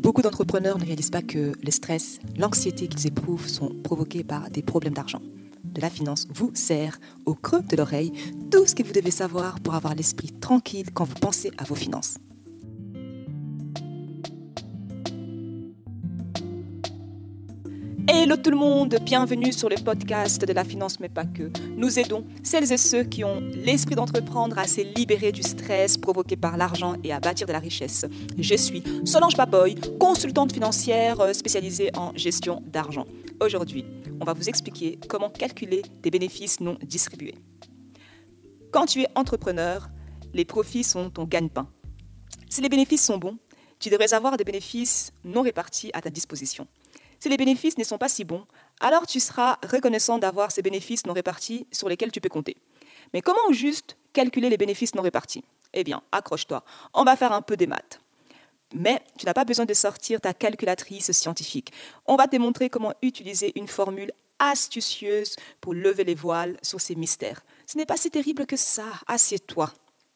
Beaucoup d'entrepreneurs ne réalisent pas que le stress, l'anxiété qu'ils éprouvent sont provoqués par des problèmes d'argent. De la finance vous sert au creux de l'oreille tout ce que vous devez savoir pour avoir l'esprit tranquille quand vous pensez à vos finances. Hello tout le monde, bienvenue sur le podcast de la finance mais pas que. Nous aidons celles et ceux qui ont l'esprit d'entreprendre à se libérer du stress provoqué par l'argent et à bâtir de la richesse. Je suis Solange Baboy, consultante financière spécialisée en gestion d'argent. Aujourd'hui, on va vous expliquer comment calculer des bénéfices non distribués. Quand tu es entrepreneur, les profits sont ton gagne-pain. Si les bénéfices sont bons, tu devrais avoir des bénéfices non répartis à ta disposition. Si les bénéfices ne sont pas si bons, alors tu seras reconnaissant d'avoir ces bénéfices non répartis sur lesquels tu peux compter. Mais comment juste calculer les bénéfices non répartis ? Eh bien, accroche-toi, on va faire un peu des maths. Mais tu n'as pas besoin de sortir ta calculatrice scientifique. On va te montrer comment utiliser une formule astucieuse pour lever les voiles sur ces mystères. Ce n'est pas si terrible que ça, assieds-toi.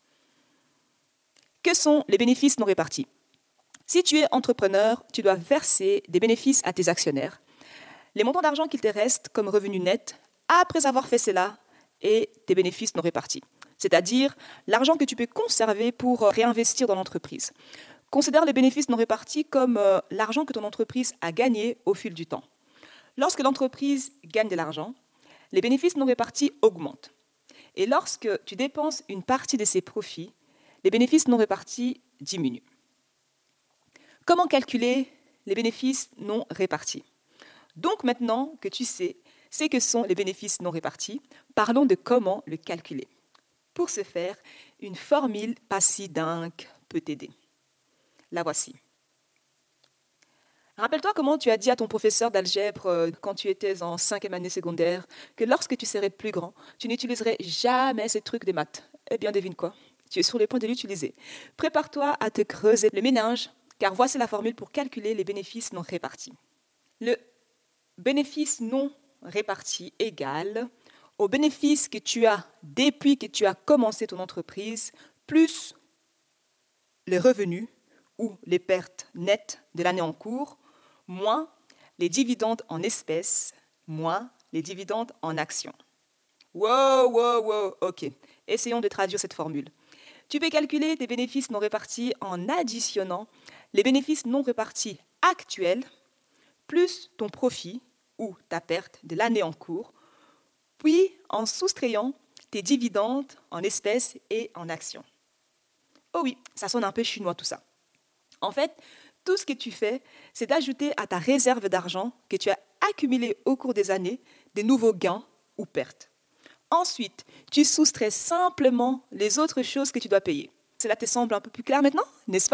Que sont les bénéfices non répartis ? Si tu es entrepreneur, tu dois verser des bénéfices à tes actionnaires. Les montants d'argent qu'il te reste comme revenu net, après avoir fait cela, et tes bénéfices non répartis. C'est-à-dire l'argent que tu peux conserver pour réinvestir dans l'entreprise. Considère les bénéfices non répartis comme l'argent que ton entreprise a gagné au fil du temps. Lorsque l'entreprise gagne de l'argent, les bénéfices non répartis augmentent. Et lorsque tu dépenses une partie de ses profits, les bénéfices non répartis diminuent. Comment calculer les bénéfices non répartis ? Donc maintenant que tu sais ce que sont les bénéfices non répartis, parlons de comment le calculer. Pour ce faire, une formule pas si dingue peut t'aider. La voici. Rappelle-toi comment tu as dit à ton professeur d'algèbre quand tu étais en 5e année secondaire que lorsque tu serais plus grand, tu n'utiliserais jamais ces trucs des maths. Eh bien, devine quoi ? Tu es sur le point de l'utiliser. Prépare-toi à te creuser le méninge, car voici la formule pour calculer les bénéfices non répartis. Le bénéfice non réparti égale au bénéfice que tu as depuis que tu as commencé ton entreprise, plus les revenus ou les pertes nettes de l'année en cours, moins les dividendes en espèces, moins les dividendes en actions. Wow, ok. Essayons de traduire cette formule. Tu peux calculer tes bénéfices non répartis en additionnant les bénéfices non répartis actuels plus ton profit ou ta perte de l'année en cours, puis en soustrayant tes dividendes en espèces et en actions. Oh oui, ça sonne un peu chinois tout ça. En fait, tout ce que tu fais, c'est d'ajouter à ta réserve d'argent que tu as accumulée au cours des années des nouveaux gains ou pertes. Ensuite, tu soustrais simplement les autres choses que tu dois payer. Cela te semble un peu plus clair maintenant, n'est-ce pas ?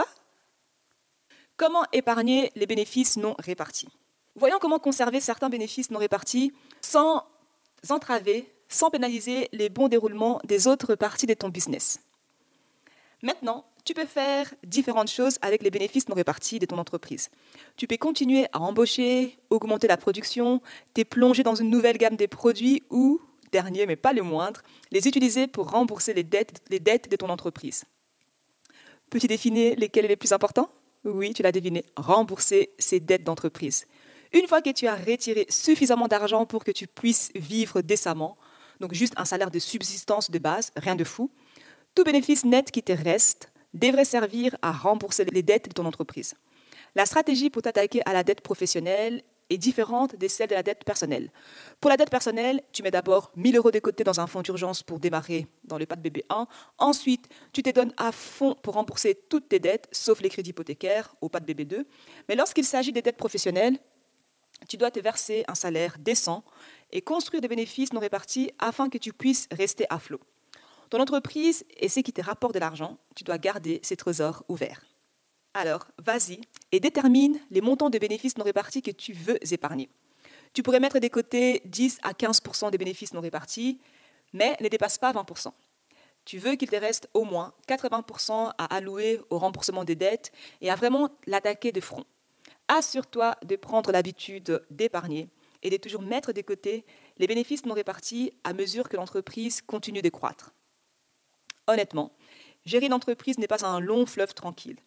Comment épargner les bénéfices non répartis ? Voyons comment conserver certains bénéfices non répartis sans entraver, sans pénaliser les bons déroulements des autres parties de ton business. Maintenant, tu peux faire différentes choses avec les bénéfices non répartis de ton entreprise. Tu peux continuer à embaucher, augmenter la production, te plonger dans une nouvelle gamme de produits ou, dernier mais pas le moindre, les utiliser pour rembourser les dettes de ton entreprise. Peux-tu deviner lesquels est les plus importants ? Oui, tu l'as deviné, rembourser ses dettes d'entreprise. Une fois que tu as retiré suffisamment d'argent pour que tu puisses vivre décemment, donc juste un salaire de subsistance de base, rien de fou, tout bénéfice net qui te reste devrait servir à rembourser les dettes de ton entreprise. La stratégie pour t'attaquer à la dette professionnelle est différente de celle de la dette personnelle. Pour la dette personnelle, tu mets d'abord 1 000 € de côté dans un fonds d'urgence pour démarrer dans le pas de bébé 1. Ensuite, tu te donnes à fond pour rembourser toutes tes dettes, sauf les crédits hypothécaires au pas de bébé 2. Mais lorsqu'il s'agit des dettes professionnelles, tu dois te verser un salaire décent et construire des bénéfices non répartis afin que tu puisses rester à flot. Ton entreprise est ce qui te rapporte de l'argent, tu dois garder ces trésors ouverts. Alors, vas-y et détermine les montants de bénéfices non répartis que tu veux épargner. Tu pourrais mettre de côté 10 à 15% des bénéfices non répartis, mais ne dépasse pas 20%. Tu veux qu'il te reste au moins 80% à allouer au remboursement des dettes et à vraiment l'attaquer de front. Assure-toi de prendre l'habitude d'épargner et de toujours mettre de côté les bénéfices non répartis à mesure que l'entreprise continue de croître. Honnêtement, gérer une entreprise n'est pas un long fleuve tranquille.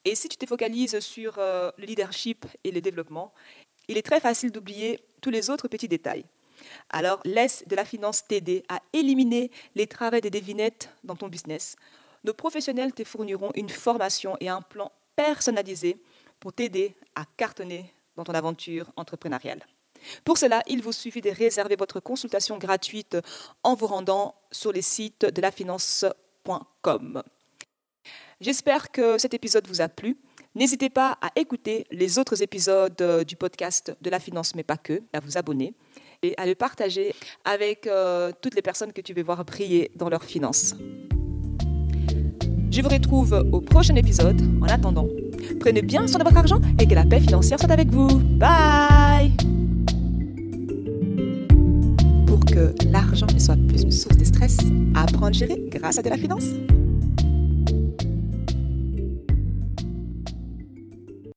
Et si tu te focalises sur le leadership et le développement, il est très facile d'oublier tous les autres petits détails. Alors, laisse de la finance t'aider à éliminer les travers des devinettes dans ton business. Nos professionnels te fourniront une formation et un plan personnalisé pour t'aider à cartonner dans ton aventure entrepreneuriale. Pour cela, il vous suffit de réserver votre consultation gratuite en vous rendant sur les sites de lafinance.com. J'espère que cet épisode vous a plu. N'hésitez pas à écouter les autres épisodes du podcast de la finance, mais pas que, à vous abonner et à le partager avec toutes les personnes que tu veux voir briller dans leurs finances. Je vous retrouve au prochain épisode. En attendant, prenez bien soin de votre argent et que la paix financière soit avec vous. Bye! Pour que l'argent ne soit plus une source de stress, apprendre à gérer grâce à de la finance.